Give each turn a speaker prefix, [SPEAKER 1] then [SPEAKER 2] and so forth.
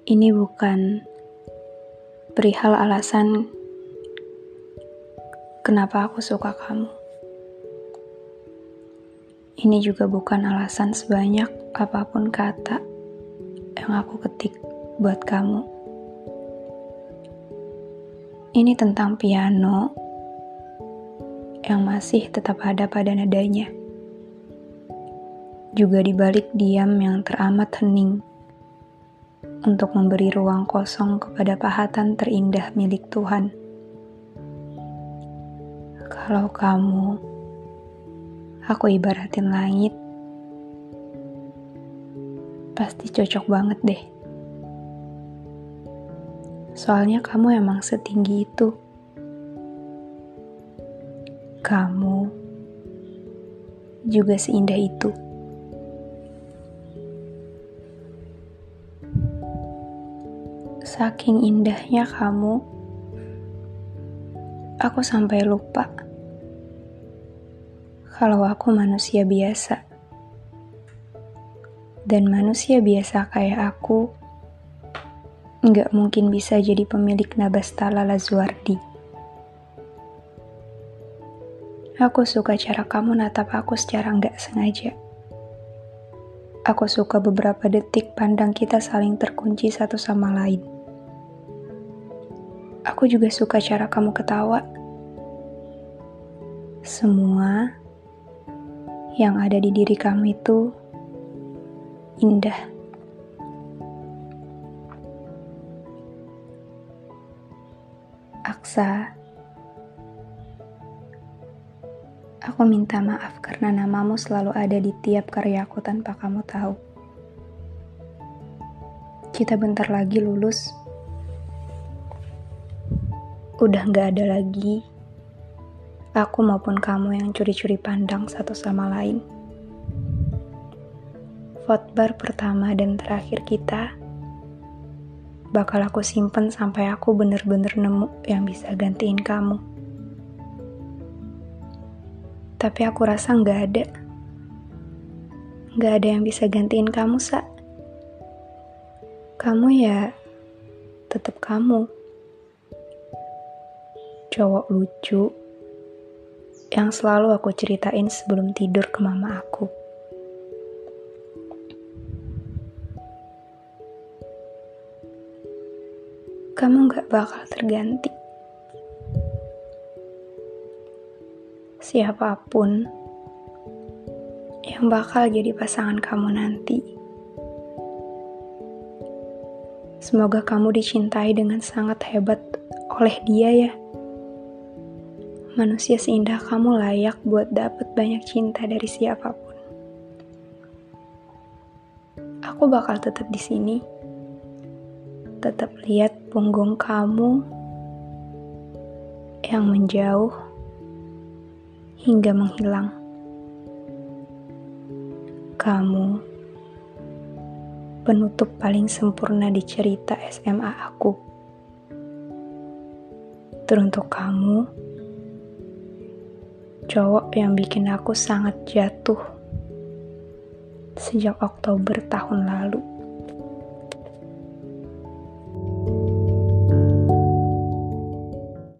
[SPEAKER 1] Ini bukan perihal alasan kenapa aku suka kamu. Ini juga bukan alasan sebanyak apapun kata yang aku ketik buat kamu. Ini tentang piano yang masih tetap ada pada nadanya. Juga di balik diam yang teramat hening untuk memberi ruang kosong kepada pahatan terindah milik Tuhan. Kalau kamu, aku ibaratin langit, pasti cocok banget deh. Soalnya kamu emang setinggi itu. Kamu juga seindah itu. Saking indahnya kamu, aku sampai lupa kalau aku manusia biasa. Dan manusia biasa kayak aku nggak mungkin bisa jadi pemilik Nabastala Lazuardi. Aku suka cara kamu natap aku secara nggak sengaja. Aku suka beberapa detik pandang kita saling terkunci satu sama lain. Aku juga suka cara kamu ketawa. Semua yang ada di diri kamu itu indah. Aksa, aku minta maaf karena namamu selalu ada di tiap karyaku tanpa kamu tahu. Kita bentar lagi lulus. Udah gak ada lagi aku maupun kamu yang curi-curi pandang satu sama lain. Fotbar pertama dan terakhir kita bakal aku simpen sampai aku bener-bener nemu yang bisa gantiin kamu. Tapi aku rasa gak ada yang bisa gantiin kamu, Sa. Kamu ya tetap kamu. Cowok lucu yang selalu aku ceritain sebelum tidur ke mama aku. Kamu gak bakal terganti. Siapapun yang bakal jadi pasangan kamu nanti, semoga kamu dicintai dengan sangat hebat oleh dia ya. Manusia seindah kamu layak buat dapet banyak cinta dari siapapun. Aku bakal tetap di sini, tetap lihat punggung kamu yang menjauh hingga menghilang. Kamu penutup paling sempurna di cerita SMA aku. Teruntuk kamu, cowok yang bikin aku sangat jatuh sejak Oktober tahun lalu.